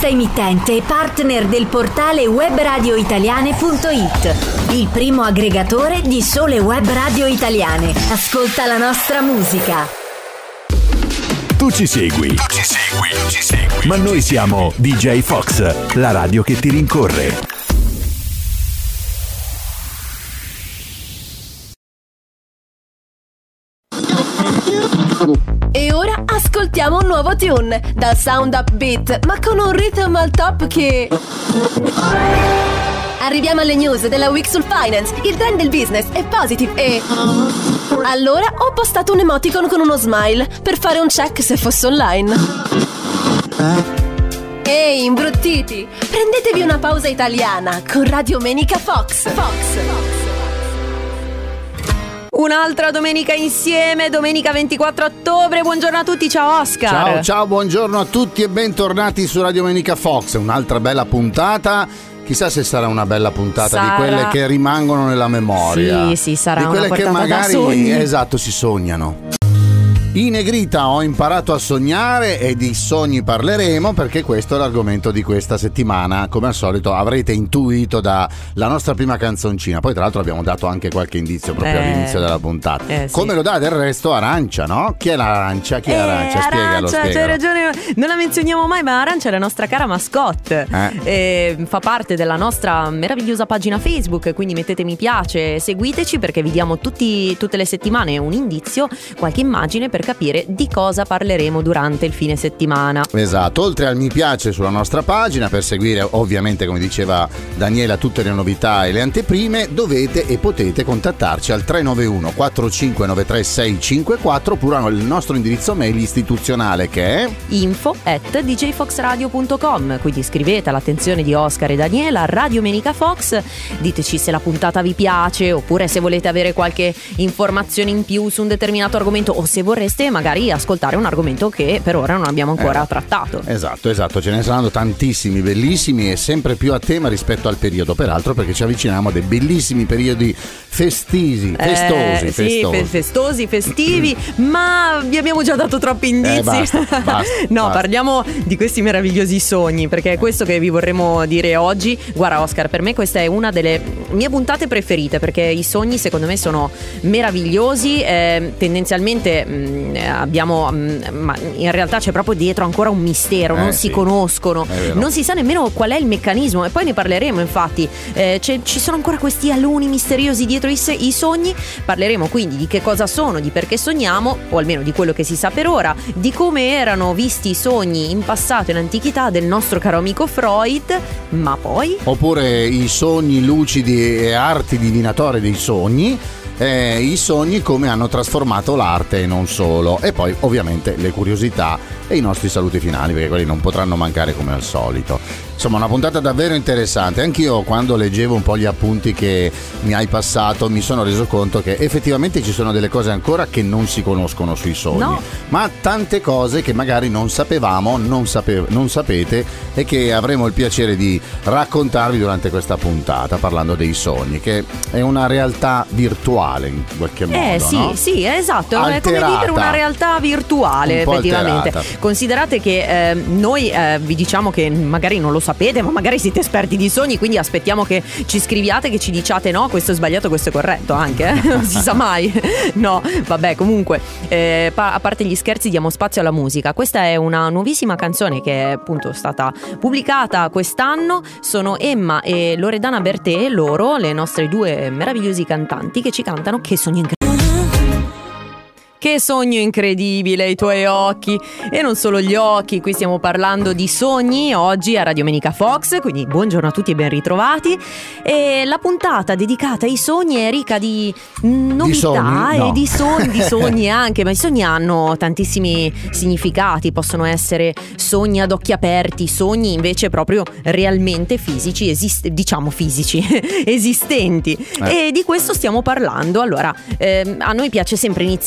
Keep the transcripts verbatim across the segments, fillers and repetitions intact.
Questa emittente è partner del portale web radio italiane punto it, il primo aggregatore di sole web radio italiane. Ascolta la nostra musica. Tu ci segui. Tu ci segui, tu ci segui. Ma noi siamo D J Fox, la radio che ti rincorre. E ora ascoltiamo un nuovo tune dal sound upbeat, ma con un rhythm al top che... Arriviamo alle news della week sul finance. Il trend del business è positive e... Allora ho postato un emoticon con uno smile per fare un check se fosse online. Ehi, imbruttiti, prendetevi una pausa italiana con Radio Menica Fox. Fox. Un'altra domenica insieme, domenica ventiquattro ottobre. Buongiorno a tutti, ciao Oscar. Ciao, ciao, buongiorno a tutti e bentornati su Radio Menica Fox. Un'altra bella puntata. Chissà se sarà una bella puntata sarà. Di quelle che rimangono nella memoria. Sì, sì, sarà di quelle una che magari da sogni. Esatto, si sognano. In negrita ho imparato a sognare e di sogni parleremo perché questo è l'argomento di questa settimana. Come al solito avrete intuito dalla nostra prima canzoncina. Poi tra l'altro abbiamo dato anche qualche indizio proprio eh, all'inizio della puntata. eh, sì. Come lo dà del resto Arancia, no? Chi è l'Arancia? Chi è eh, l'Arancia? Spiegalo, Arancia, spiegalo. c'hai ragione, non la menzioniamo mai, ma Arancia è la nostra cara mascotte. Eh. E fa parte della nostra meravigliosa pagina Facebook, quindi mettete mi piace, seguiteci perché vi diamo tutti, tutte le settimane un indizio, qualche immagine per capire di cosa parleremo durante il fine settimana. Esatto, oltre al mi piace sulla nostra pagina per seguire ovviamente, come diceva Daniela, tutte le novità e le anteprime, dovete e potete contattarci al tre nove uno quattro cinque nove tre sei cinque quattro oppure il nostro indirizzo mail istituzionale che è info at d j fox radio punto com. Quindi scrivete all'attenzione di Oscar e Daniela Radio Menica Fox, diteci se la puntata vi piace oppure se volete avere qualche informazione in più su un determinato argomento o se vorreste magari ascoltare un argomento che per ora non abbiamo ancora eh, trattato. Esatto, esatto, ce ne saranno tantissimi, bellissimi e sempre più a tema rispetto al periodo, peraltro perché ci avviciniamo a dei bellissimi periodi festisi, festosi, eh, festosi. Sì, fe- festosi, festivi, ma vi abbiamo già dato troppi indizi. Eh, basta, basta, no, basta. Parliamo di questi meravigliosi sogni, perché è questo che vi vorremmo dire oggi. Guarda Oscar, per me questa è una delle mie puntate preferite, perché i sogni secondo me sono meravigliosi, eh, tendenzialmente mh, abbiamo ma in realtà c'è proprio dietro ancora un mistero, eh, non sì, si conoscono, non si sa nemmeno qual è il meccanismo e poi ne parleremo infatti, eh, ci sono ancora questi alunni misteriosi dietro i, se- i sogni, parleremo quindi di che cosa sono, di perché sogniamo o almeno di quello che si sa per ora, di come erano visti i sogni in passato, in antichità del nostro caro amico Freud, ma poi... Oppure i sogni lucidi e arti divinatorie dei sogni. Eh, i sogni come hanno trasformato l'arte e non solo, e poi ovviamente le curiosità e i nostri saluti finali, perché quelli non potranno mancare come al solito. Insomma, una puntata davvero interessante. Anch'io quando leggevo un po' gli appunti che mi hai passato mi sono reso conto che effettivamente ci sono delle cose ancora che non si conoscono sui sogni, no. ma tante cose che magari non sapevamo, non, sape- non sapete e che avremo il piacere di raccontarvi durante questa puntata parlando dei sogni, che è una realtà virtuale in qualche modo. Eh sì, no? sì, esatto, Alterata. è come vivere una realtà virtuale, Un po' effettivamente. alterata. Considerate che eh, noi eh, vi diciamo che magari non lo sapete, ma magari siete esperti di sogni, quindi aspettiamo che ci scriviate, che ci diciate no, questo è sbagliato, questo è corretto anche, eh? Non si sa mai. No, vabbè, comunque, eh, pa- a parte gli scherzi, diamo spazio alla musica. Questa è una nuovissima canzone che è appunto stata pubblicata quest'anno. Sono Emma e Loredana Bertè, loro, le nostre due meravigliosi cantanti che ci cantano Che sogno incredibile. Che sogno incredibile i tuoi occhi. E non solo gli occhi, qui stiamo parlando di sogni oggi a Radio Menica Fox, quindi buongiorno a tutti e ben ritrovati. E la puntata dedicata ai sogni è ricca di novità, di sogni, no. e di sogni, di sogni anche, ma i sogni hanno tantissimi significati, possono essere sogni ad occhi aperti, sogni invece proprio realmente fisici, esist- diciamo fisici, esistenti. Eh. E di questo stiamo parlando. Allora, ehm, a noi piace sempre iniziare con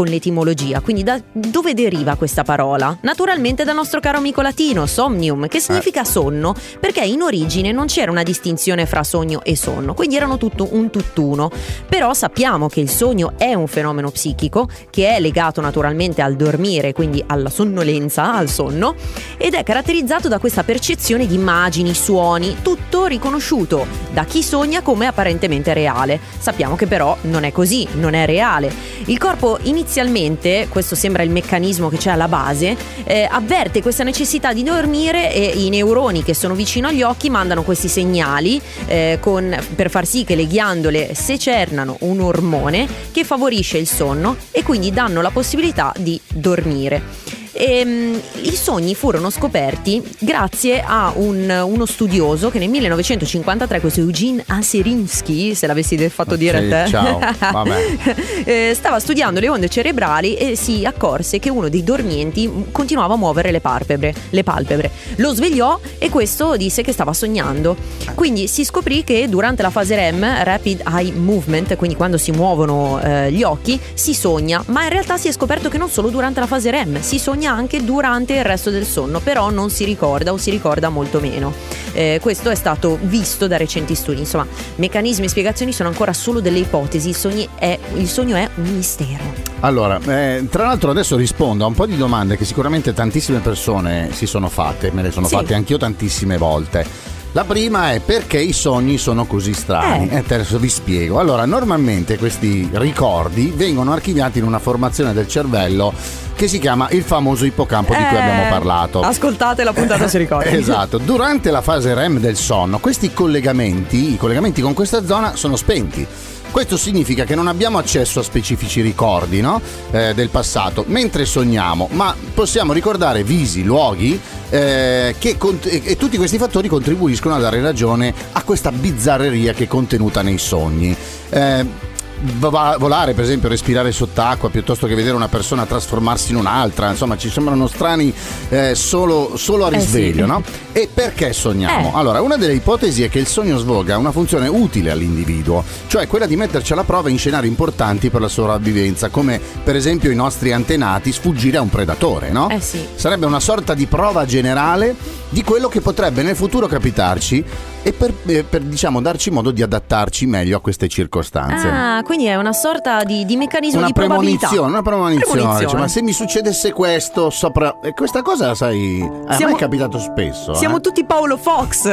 con l'etimologia, quindi da dove deriva questa parola? Naturalmente dal nostro caro amico latino, somnium, che significa sonno, perché in origine non c'era una distinzione fra sogno e sonno, quindi erano tutto un tutt'uno. Però sappiamo che il sogno è un fenomeno psichico che è legato naturalmente al dormire, quindi alla sonnolenza, al sonno, ed è caratterizzato da questa percezione di immagini, suoni, tutto riconosciuto da chi sogna come apparentemente reale. Sappiamo che però non è così, non è reale. Il corpo inizialmente, questo sembra il meccanismo che c'è alla base, eh, avverte questa necessità di dormire e i neuroni che sono vicino agli occhi mandano questi segnali eh, con, per far sì che le ghiandole secernano un ormone che favorisce il sonno e quindi danno la possibilità di dormire. E, um, i sogni furono scoperti grazie a un, uno studioso che nel millenovecentocinquantatré, questo Eugene Aserinsky, se l'avessi fatto dire sì, a te, ciao, vabbè. eh, stava studiando le onde cerebrali e si accorse che uno dei dormienti continuava a muovere le palpebre, le palpebre. Lo svegliò e questo disse che stava sognando. Quindi si scoprì che durante la fase R E M, Rapid Eye Movement, quindi quando si muovono eh, gli occhi, si sogna, ma in realtà si è scoperto che non solo durante la fase R E M, si sogna anche durante il resto del sonno, però non si ricorda o si ricorda molto meno. Eh, questo è stato visto da recenti studi. Insomma, meccanismi e spiegazioni sono ancora solo delle ipotesi. Il sogno è, il sogno è un mistero. Allora, eh, tra l'altro adesso rispondo a un po' di domande che sicuramente tantissime persone si sono fatte, me le sono sì. fatte anch'io tantissime volte. La prima è: perché i sogni sono così strani? Eh. E adesso vi spiego. Allora, normalmente questi ricordi vengono archiviati in una formazione del cervello che si chiama il famoso ippocampo di cui Eh, abbiamo parlato. Ascoltate la puntata si ricorda. Esatto. Durante la fase R E M del sonno, questi collegamenti, i collegamenti con questa zona sono spenti. Questo significa che non abbiamo accesso a specifici ricordi, no? eh, del passato mentre sogniamo, ma possiamo ricordare visi, luoghi eh, che cont- e tutti questi fattori contribuiscono a dare ragione a questa bizzarreria che è contenuta nei sogni. Eh, volare, per esempio, respirare sott'acqua, piuttosto che vedere una persona trasformarsi in un'altra, insomma ci sembrano strani eh, solo, solo a risveglio, eh sì. no? E perché sogniamo? Eh. Allora, una delle ipotesi è che il sogno svolga una funzione utile all'individuo, cioè quella di metterci alla prova in scenari importanti per la sopravvivenza, come per esempio i nostri antenati sfuggire a un predatore, no? Eh sì. Sarebbe una sorta di prova generale di quello che potrebbe nel futuro capitarci e per, eh, per diciamo darci modo di adattarci meglio a queste circostanze. Ah, quindi è una sorta di, di meccanismo Una di probabilità. premonizione, una premonizione, Premonizione. cioè, ma se mi succedesse questo sopra. E questa cosa, sai, a Siamo- me è capitato spesso. Siamo eh. tutti Paolo Fox.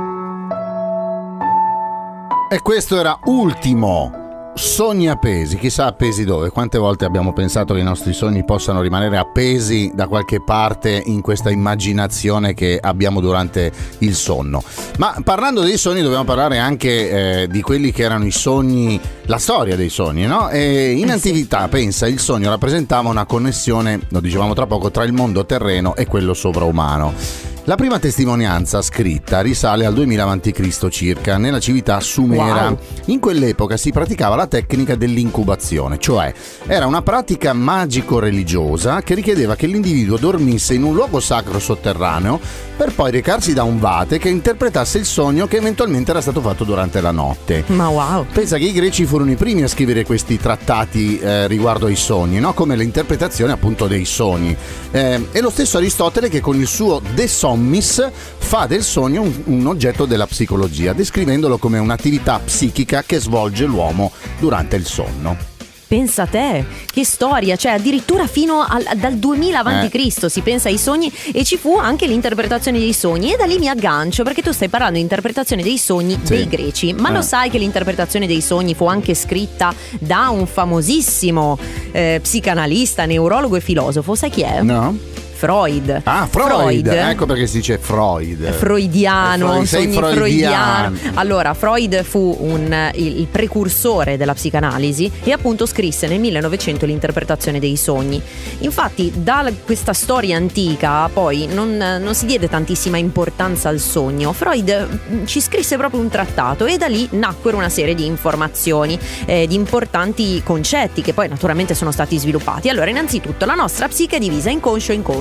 E questo era Ultimo. Sogni appesi, chissà appesi dove. Quante volte abbiamo pensato che i nostri sogni possano rimanere appesi da qualche parte in questa immaginazione che abbiamo durante il sonno. Ma parlando dei sogni dobbiamo parlare anche eh, di quelli che erano i sogni, la storia dei sogni, no? E in antichità, pensa, il sogno rappresentava una connessione, lo dicevamo tra poco, tra il mondo terreno e quello sovraumano. La prima testimonianza scritta risale al duemila avanti Cristo circa, nella civiltà sumera. Wow. In quell'epoca si praticava la tecnica dell'incubazione, cioè era una pratica magico-religiosa che richiedeva che l'individuo dormisse in un luogo sacro sotterraneo per poi recarsi da un vate che interpretasse il sogno che eventualmente era stato fatto durante la notte. Ma wow. Pensa che i greci furono i primi a scrivere questi trattati eh, riguardo ai sogni, no? Come l'interpretazione appunto dei sogni. Eh, e lo stesso Aristotele che con il suo De Somnis fa del sogno un, un oggetto della psicologia, descrivendolo come un'attività psichica che svolge l'uomo durante il sonno. Pensa a te, che storia, cioè addirittura fino al, dal duemila avanti Cristo si pensa ai sogni e ci fu anche l'interpretazione dei sogni, e da lì mi aggancio perché tu stai parlando di interpretazione dei sogni Sì. dei greci, ma Eh. lo sai che l'interpretazione dei sogni fu anche scritta da un famosissimo eh, psicanalista, neurologo e filosofo, sai chi è? No? Freud. Ah, Freud. Ecco perché si dice Freud. Freudiano, Freud, sei sogni freudiano. freudiano. Allora, Freud fu un, il, il precursore della psicanalisi e appunto scrisse nel millenovecento l'interpretazione dei sogni. Infatti, da questa storia antica poi non, non si diede tantissima importanza al sogno. Freud ci scrisse proprio un trattato e da lì nacquero una serie di informazioni, eh, di importanti concetti che poi naturalmente sono stati sviluppati. Allora, innanzitutto, la nostra psiche è divisa in conscio e inconscio.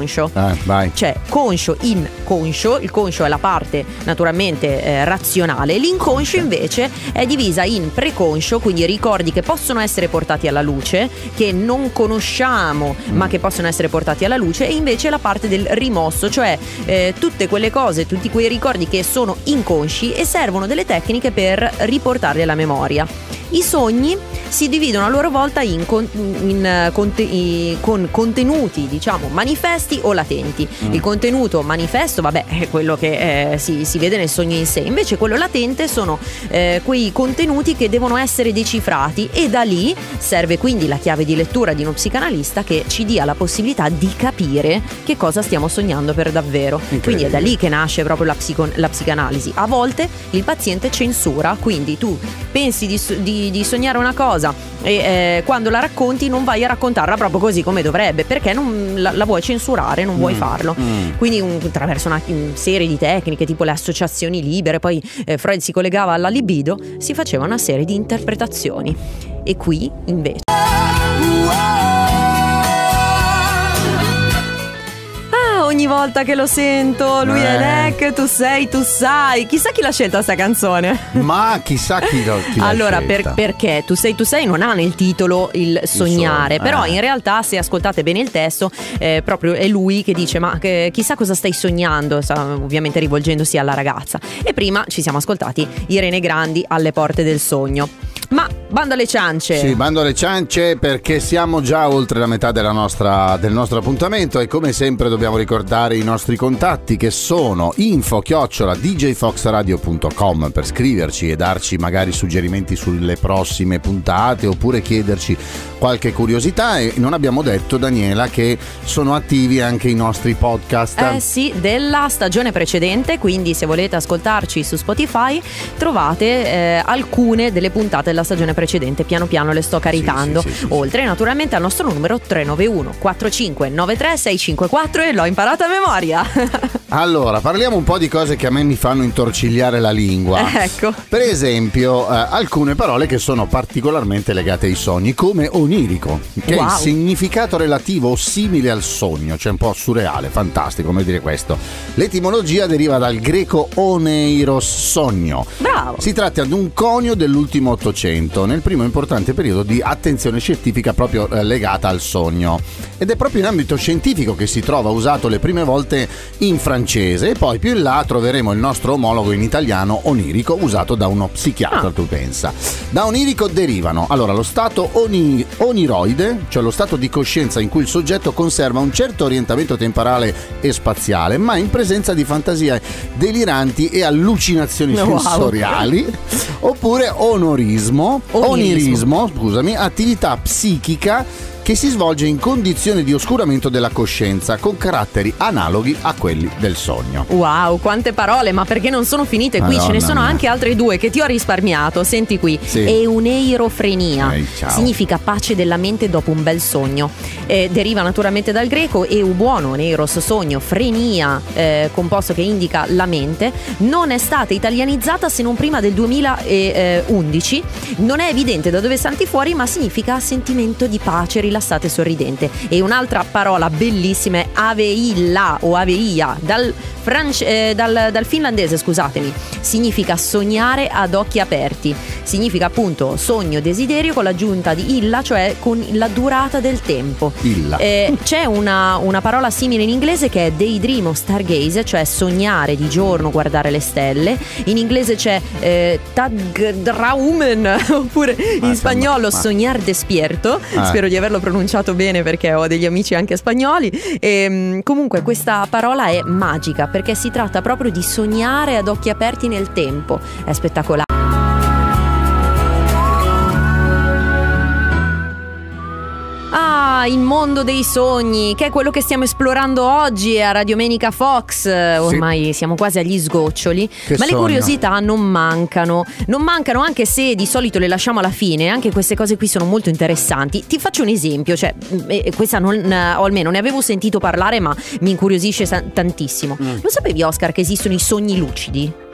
preconscio. Eh, vai. C'è conscio, inconscio. Il conscio è la parte naturalmente eh, razionale, l'inconscio invece è divisa in preconscio, quindi ricordi che possono essere portati alla luce, che non conosciamo mm. ma che possono essere portati alla luce, e invece la parte del rimosso, cioè eh, tutte quelle cose, tutti quei ricordi che sono inconsci e servono delle tecniche per riportarli alla memoria. I sogni si dividono a loro volta in, con, in conte, in, con contenuti, diciamo, manifesti o latenti. Mm. Il contenuto manifesto, vabbè, è quello che eh, si, si vede nel sogno in sé. Invece quello latente sono eh, quei contenuti che devono essere decifrati, e da lì serve quindi la chiave di lettura di uno psicanalista che ci dia la possibilità di capire che cosa stiamo sognando per davvero. Quindi è da lì che nasce proprio la, psico, la psicanalisi. A volte il paziente censura, quindi tu pensi di, di di sognare una cosa e eh, quando la racconti non vai a raccontarla proprio così come dovrebbe, perché non la, la vuoi censurare, non vuoi mm. farlo. Mm. Quindi un, attraverso una un serie di tecniche tipo le associazioni libere, poi eh, Freud si collegava alla libido, si faceva una serie di interpretazioni. E qui invece ogni volta che lo sento, lui eh. è Neck, tu sei, tu sai. Chissà chi l'ha scelta sta canzone. Ma chissà chi, lo, chi allora, l'ha scelta. Per, perché tu sei, tu sei non ha nel titolo il sognare, il sogno, però eh. in realtà se ascoltate bene il testo eh, proprio è lui che dice ma che, chissà cosa stai sognando, sta, ovviamente rivolgendosi alla ragazza. E prima ci siamo ascoltati Irene Grandi, Alle porte del sogno. Ma bando alle ciance. Sì, bando alle ciance, perché siamo già oltre la metà della nostra, del nostro appuntamento, e come sempre dobbiamo ricordare i nostri contatti, che sono info chiocciola d j fox radio punto com per scriverci e darci magari suggerimenti sulle prossime puntate, oppure chiederci qualche curiosità. E non abbiamo detto, Daniela, che sono attivi anche i nostri podcast. Eh sì, della stagione precedente, quindi se volete ascoltarci su Spotify trovate eh, alcune delle puntate della stagione precedente, piano piano le sto caricando, sì, sì, sì, sì, oltre naturalmente al nostro numero tre nove uno quattro cinque nove tre sei cinque quattro, e l'ho imparata a memoria. Allora, parliamo un po' di cose che a me mi fanno intorcigliare la lingua. Ecco. Per esempio, eh, alcune parole che sono particolarmente legate ai sogni, come onirico, che wow. è il significato relativo o simile al sogno, cioè un po' surreale, fantastico, come dire questo. L'etimologia deriva dal greco oneiros, sogno. Bravo. Si tratta di un conio dell'ultimo Ottocento, nel primo importante periodo di attenzione scientifica proprio eh, legata al sogno. Ed è proprio in ambito scientifico che si trova usato le prime volte in francese, e poi più in là troveremo il nostro omologo in italiano, onirico, usato da uno psichiatra, ah. tu pensa. Da onirico derivano allora lo stato oni- oniroide, cioè lo stato di coscienza in cui il soggetto conserva un certo orientamento temporale e spaziale, ma in presenza di fantasie deliranti e allucinazioni wow. sensoriali, oppure onorismo, onirismo, onirismo, scusami, attività psichica che si svolge in condizioni di oscuramento della coscienza, con caratteri analoghi a quelli del sogno. Wow, quante parole, ma perché non sono finite qui? Madonna Ce ne sono mia. anche altre due che ti ho risparmiato. Senti qui, sì. Euneirofrenia, Ehi, significa pace della mente dopo un bel sogno. Eh, deriva naturalmente dal greco eu, buono, neiros, sogno, frenia, eh, composto che indica la mente. Non è stata italianizzata se non prima del duemilaundici. Non è evidente da dove salti fuori, ma significa sentimento di pace, rilassata e sorridente. E un'altra parola bellissima è aveilla o aveia, dal, france, eh, dal, dal finlandese, scusatemi, significa sognare ad occhi aperti. Significa appunto sogno, desiderio, con l'aggiunta di illa, cioè con la durata del tempo. Illa. Eh, c'è una, una parola simile in inglese che è daydream o stargaze, cioè sognare di giorno, guardare le stelle. In inglese c'è eh, tagdraumen, oppure ma in spagnolo ma... sognar despierto. Ah. Spero di averlo pronunciato bene perché ho degli amici anche spagnoli. E, comunque questa parola è magica perché si tratta proprio di sognare ad occhi aperti nel tempo. È spettacolare. Ah, il mondo dei sogni, che è quello che stiamo esplorando oggi a Radiomenica Fox. Ormai sì. siamo quasi agli sgoccioli, che ma sogno. Le curiosità non mancano. Non mancano, anche se di solito le lasciamo alla fine. Anche queste cose qui sono molto interessanti. Ti faccio un esempio, cioè questa non, o almeno ne avevo sentito parlare, ma mi incuriosisce tantissimo. Mm. Lo sapevi, Oscar, che esistono i sogni lucidi?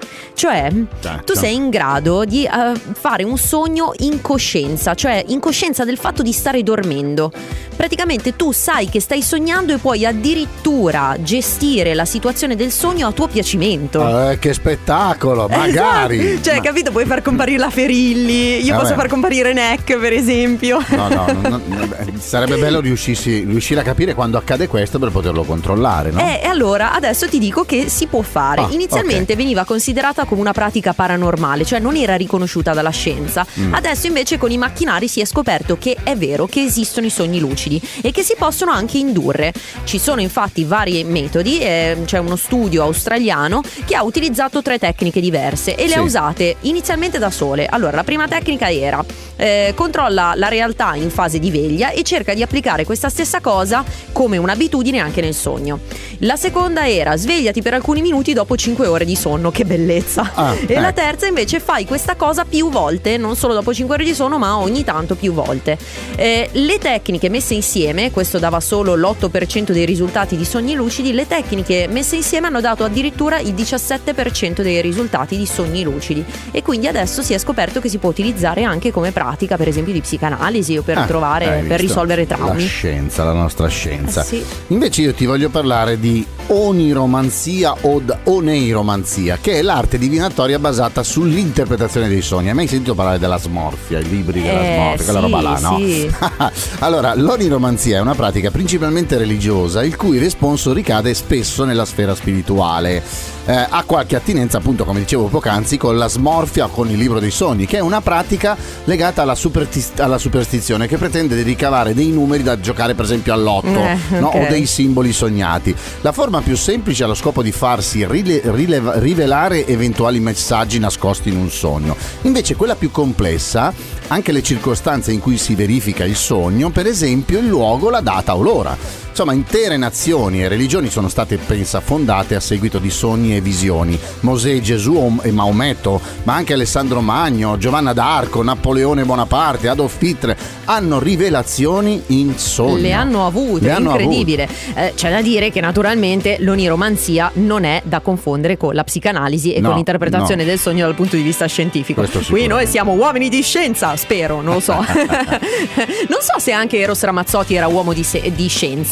Cioè, Certo. tu sei in grado di uh, fare un sogno in coscienza, cioè in coscienza del fatto di stare dormendo. Praticamente tu sai che stai sognando e puoi addirittura gestire la situazione del sogno a tuo piacimento. Eh, che spettacolo, magari. Esatto. Cioè, Ma- capito? Puoi far comparire la Ferilli, io Eh, posso beh. far comparire Neck, per esempio. No, no, no, no, sarebbe bello riuscissi, riuscire a capire quando accade questo per poterlo controllare, no? Eh, E allora adesso ti dico che si può fare. Ah, Inizialmente ok. veniva considerata come una pratica paranormale, cioè non era riconosciuta dalla scienza. Mm. Adesso invece con i macchinari si è scoperto che è vero che esistono i sogni lucidi e che si possono anche indurre. Ci sono infatti vari metodi, eh, c'è uno studio australiano che ha utilizzato tre tecniche diverse e le Sì. ha usate inizialmente da sole. Allora, la prima tecnica era eh, controlla la realtà in fase di veglia e cerca di applicare questa stessa cosa come un'abitudine anche nel sogno. La seconda era svegliati per alcuni minuti dopo cinque ore di sonno, che bellezza. Ah, e la ecco. terza invece fai questa cosa più volte, non solo dopo cinque ore di sonno ma ogni tanto più volte. Eh, le tecniche messe insieme, questo dava solo l'otto per cento dei risultati di sogni lucidi, le tecniche messe insieme hanno dato addirittura il diciassette per cento dei risultati di sogni lucidi e quindi adesso si è scoperto che si può utilizzare anche come pratica per esempio di psicanalisi o per Ah, trovare, hai per visto? risolvere La traumi. scienza, la nostra scienza. Eh sì. Invece io ti voglio parlare di oniromanzia o d- oneiromanzia, che è l'arte divinatoria basata sull'interpretazione dei sogni. Hai mai sentito parlare della smorfia, i libri della Eh, smorfia, quella sì, roba là, no? sì. Allora, l'oniromanzia è una pratica principalmente religiosa, il cui responso ricade spesso nella sfera spirituale. Eh, ha qualche attinenza, appunto, come dicevo poc'anzi, con la smorfia o con il libro dei sogni, che è una pratica legata alla, superti- alla superstizione, che pretende di ricavare dei numeri da giocare, per esempio, all'otto, Eh, no? ok. O dei simboli sognati. La forma più semplice ha lo scopo di farsi rile- rileva- rivelare eventuali messaggi nascosti in un sogno. Invece quella più complessa, anche le circostanze in cui si verifica il sogno, per esempio il luogo, la data o l'ora. Insomma, intere nazioni e religioni sono state, pensa, fondate a seguito di sogni e visioni. Mosè, Gesù e Maometto, ma anche Alessandro Magno, Giovanna d'Arco, Napoleone Bonaparte, Adolf Hitler hanno rivelazioni in sogno. Le hanno avute, Le è hanno incredibile. Eh, c'è da dire che naturalmente l'oniromanzia non è da confondere con la psicanalisi e No, con l'interpretazione no. del sogno dal punto di vista scientifico. Questo Qui sicuramente. noi siamo uomini di scienza, spero, non lo so. Non so se anche Eros Ramazzotti era uomo di, se- di scienza.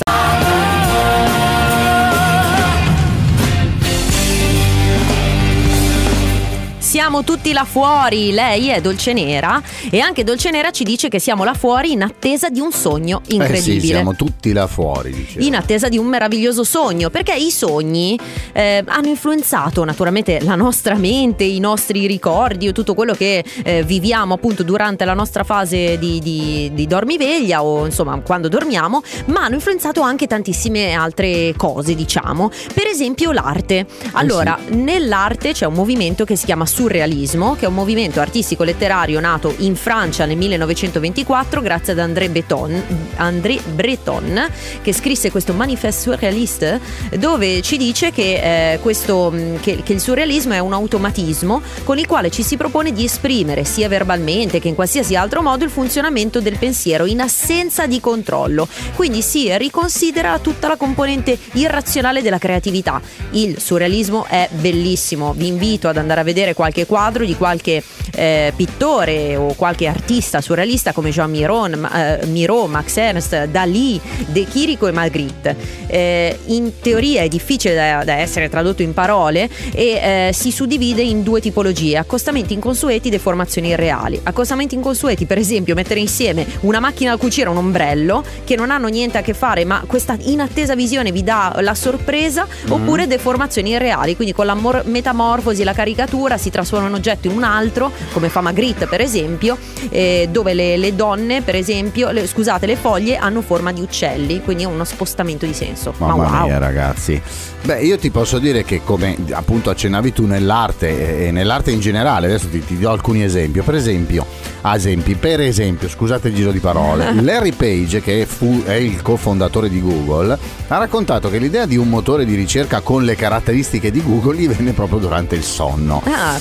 Siamo tutti là fuori, lei è Dolce Nera e anche Dolce Nera ci dice che siamo là fuori in attesa di un sogno incredibile. Eh sì, siamo tutti là fuori, dicevo. In attesa di un meraviglioso sogno, perché i sogni eh, hanno influenzato naturalmente la nostra mente, i nostri ricordi o tutto quello che eh, viviamo appunto durante la nostra fase di, di, di dormiveglia o insomma quando dormiamo, ma hanno influenzato anche tantissime altre cose, diciamo, per esempio l'arte. Allora, nell'arte c'è un movimento che si chiama surrealismo, che è un movimento artistico letterario nato in Francia nel millenovecentoventiquattro grazie ad André Breton, André Breton che scrisse questo Manifeste Surréaliste, dove ci dice che, eh, questo, che, che il surrealismo è un automatismo con il quale ci si propone di esprimere sia verbalmente che in qualsiasi altro modo il funzionamento del pensiero in assenza di controllo, quindi si riconsidera tutta la componente irrazionale della creatività. Il surrealismo è bellissimo, vi invito ad andare a vedere qualche quadro di qualche eh, pittore o qualche artista surrealista come Jean Miron, eh, Miro, Max Ernst, Dalì, De Chirico e Magritte. Eh, in teoria è difficile da, da essere tradotto in parole e eh, si suddivide in due tipologie: accostamenti inconsueti, deformazioni irreali. Accostamenti inconsueti, per esempio, mettere insieme una macchina da cucire e un ombrello che non hanno niente a che fare, ma questa inattesa visione vi dà la sorpresa, mm. oppure deformazioni irreali, quindi con la mor- metamorfosi e la caricatura si trasforma un oggetto in un altro, come fa Magritte per esempio, eh, dove le, le donne per esempio le, scusate le foglie hanno forma di uccelli, quindi è uno spostamento di senso. Mamma Ma wow. mia, ragazzi. Beh, io ti posso dire che, come appunto accennavi tu, nell'arte e nell'arte in generale, adesso ti, ti do alcuni esempi. Per esempio, ah, esempi, per esempio, scusate il giro di parole, Larry Page, che fu, è il cofondatore di Google, ha raccontato che l'idea di un motore di ricerca con le caratteristiche di Google gli venne proprio durante il sonno. Ah,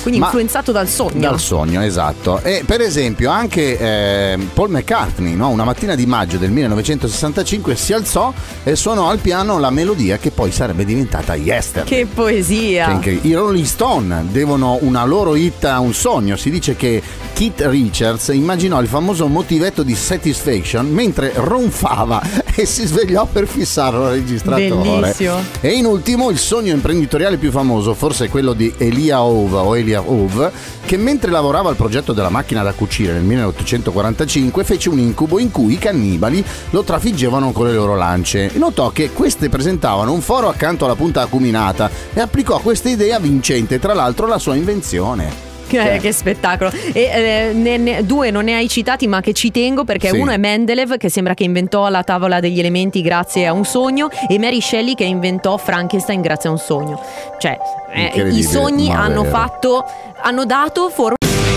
Quindi Ma influenzato dal sogno. Dal sogno, esatto. E per esempio anche eh, Paul McCartney, no? Una mattina di maggio del millenovecentosessantacinque si alzò e suonò al piano la melodia che poi sarebbe diventata Yesterday. Che poesia! Che I Rolling Stone devono una loro hit a un sogno. Si dice che Keith Richards immaginò il famoso motivetto di Satisfaction mentre ronfava e si svegliò per fissarlo al registratore. Bellissimo. E in ultimo il sogno imprenditoriale più famoso, forse quello di Elia Hove o Elia Hove, che mentre lavorava al progetto della macchina da cucire nel milleottocentoquarantacinque fece un incubo in cui i cannibali lo trafiggevano con le loro lance. Notò che queste presentavano un foro accanto alla punta acuminata e applicò questa idea vincente, tra l'altro la sua invenzione. Che, che spettacolo. E eh, ne, ne, due non ne hai citati, ma che ci tengo perché Sì. uno è Mendeleev, che sembra che inventò la tavola degli elementi grazie a un sogno, e Mary Shelley, che inventò Frankenstein grazie a un sogno. Cioè eh, i Incredibile, sogni ma hanno vero. fatto hanno dato forma.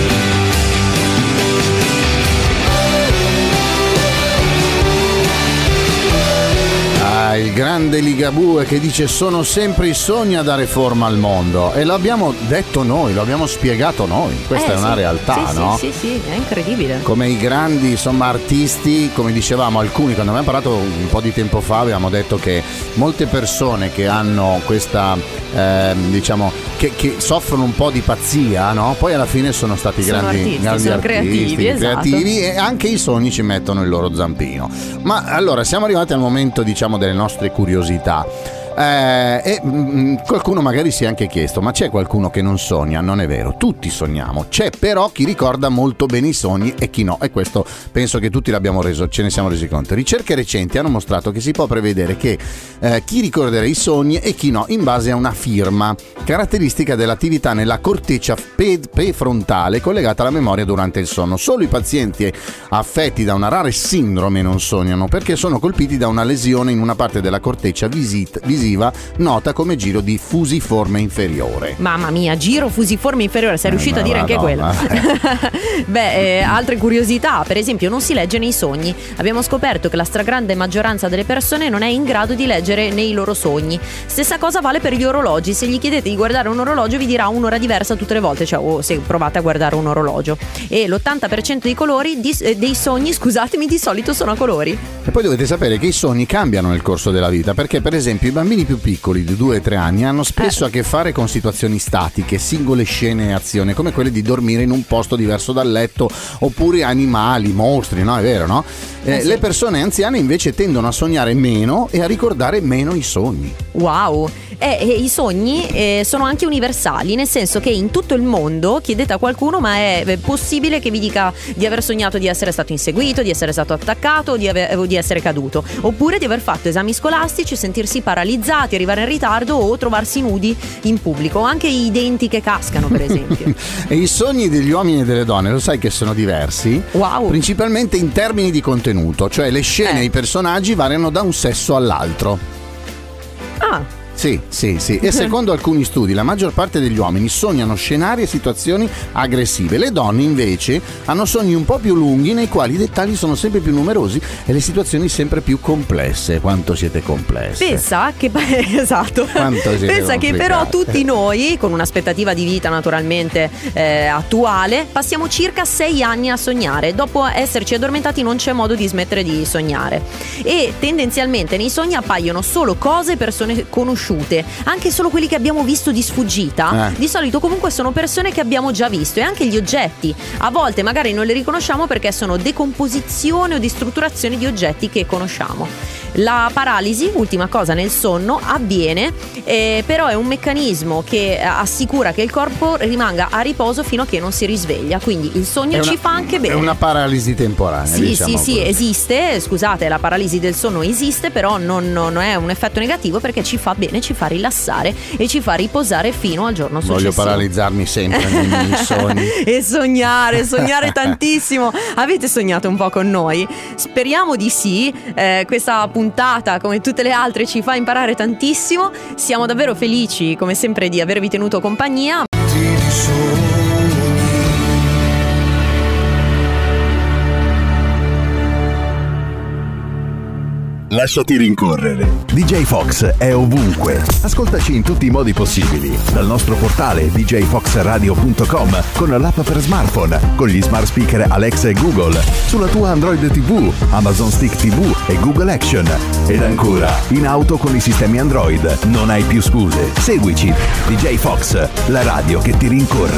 Ah, il grande Ligabue che dice: sono sempre i sogni a dare forma al mondo. E l'abbiamo detto noi, lo abbiamo spiegato noi. Questa Eh, è una sì. realtà, sì, no? Sì, sì, sì, è incredibile. Come i grandi, insomma, artisti, come dicevamo alcuni, quando abbiamo parlato un po' di tempo fa abbiamo detto che molte persone che hanno questa, ehm, diciamo, che, che soffrono un po' di pazzia, no? Poi alla fine sono stati Sono grandi, artisti, grandi sono artisti, creativi, esatto. creativi, e anche i sogni ci mettono il loro zampino. Ma allora siamo arrivati al momento, diciamo, delle nostre curiosità. Eh, e mh, qualcuno magari si è anche chiesto: ma c'è qualcuno che non sogna? Non è vero, tutti sogniamo. C'è però chi ricorda molto bene i sogni e chi no, e questo penso che tutti l'abbiamo reso, ce ne siamo resi conto. Ricerche recenti hanno mostrato che si può prevedere che eh, chi ricorderà i sogni e chi no in base a una firma, caratteristica dell'attività nella corteccia pe- prefrontale collegata alla memoria durante il sonno. Solo i pazienti affetti da una rara sindrome non sognano, perché sono colpiti da una lesione in una parte della corteccia visit- visiva nota come giro di fusiforme inferiore. Mamma mia, giro fusiforme inferiore, sei Eh, riuscito a ma dire anche Madonna. quello. Beh, eh, altre curiosità, per esempio non si legge nei sogni. Abbiamo scoperto che la stragrande maggioranza delle persone non è in grado di leggere nei loro sogni. Stessa cosa vale per gli orologi. Se gli chiedete di guardare un orologio vi dirà un'ora diversa tutte le volte, cioè o se provate a guardare un orologio. E l'ottanta per cento dei colori di, eh, dei sogni, scusatemi, di solito sono a colori. E poi dovete sapere che i sogni cambiano nel corso della vita, perché per esempio i bambini più piccoli di due tre anni hanno spesso Eh. a che fare con situazioni statiche, singole scene e azioni, come quelle di dormire in un posto diverso dal letto, oppure animali, mostri, no? È vero, no? Eh, Eh sì. Le persone anziane invece tendono a sognare meno e a ricordare meno i sogni. Wow. E, e i sogni eh, sono anche universali, nel senso che in tutto il mondo chiedete a qualcuno: ma è è possibile che vi dica di aver sognato di essere stato inseguito, di essere stato attaccato o di, ave- o di essere caduto, oppure di aver fatto esami scolastici, sentirsi paralizzati, arrivare in ritardo o trovarsi nudi in pubblico, anche i denti che cascano, per esempio. E i sogni degli uomini e delle donne, lo sai che sono diversi? Wow. Principalmente in termini di contenuto, cioè le scene Eh. e i personaggi variano da un sesso all'altro. Ah. Sì, sì, sì. E secondo alcuni studi la maggior parte degli uomini sognano scenari e situazioni aggressive. Le donne invece hanno sogni un po' più lunghi nei quali i dettagli sono sempre più numerosi e le situazioni sempre più complesse. Quanto siete complesse. Pensa che esatto. Quanto siete Pensa che però complicate. tutti noi, con un'aspettativa di vita naturalmente eh, attuale, passiamo circa sei anni a sognare. Dopo esserci addormentati non c'è modo di smettere di sognare. E tendenzialmente nei sogni appaiono solo cose e persone conosciute, anche solo quelli che abbiamo visto di sfuggita. Eh. Di solito comunque sono persone che abbiamo già visto, e anche gli oggetti. A volte magari non le riconosciamo perché sono decomposizione o distrutturazione di oggetti che conosciamo. La paralisi, ultima cosa nel sonno, avviene, eh, però è un meccanismo che eh, assicura che il corpo rimanga a riposo fino a che non si risveglia. Quindi il sogno È ci una- fa anche bene. È una paralisi temporanea. Sì, diciamo sì, sì, così. esiste, scusate, la paralisi del sonno esiste, però non, non è un effetto negativo, perché ci fa bene, ci fa rilassare e ci fa riposare fino al giorno successivo. Voglio paralizzarmi sempre nei miei sogni. E sognare, sognare tantissimo. Avete sognato un po' con noi? Speriamo di sì. Eh, questa puntata, come tutte le altre, ci fa imparare tantissimo. Siamo davvero felici, come sempre, di avervi tenuto compagnia. lasciati rincorrere. D J Fox è ovunque. Ascoltaci in tutti i modi possibili. Dal nostro portale d j fox radio punto com, con l'app per smartphone, con gli smart speaker Alexa e Google, sulla tua Android tivù, Amazon Stick tivù e Google Action. Ed ancora, in auto con i sistemi Android. Non hai più scuse. Seguici. D J Fox, la radio che ti rincorre.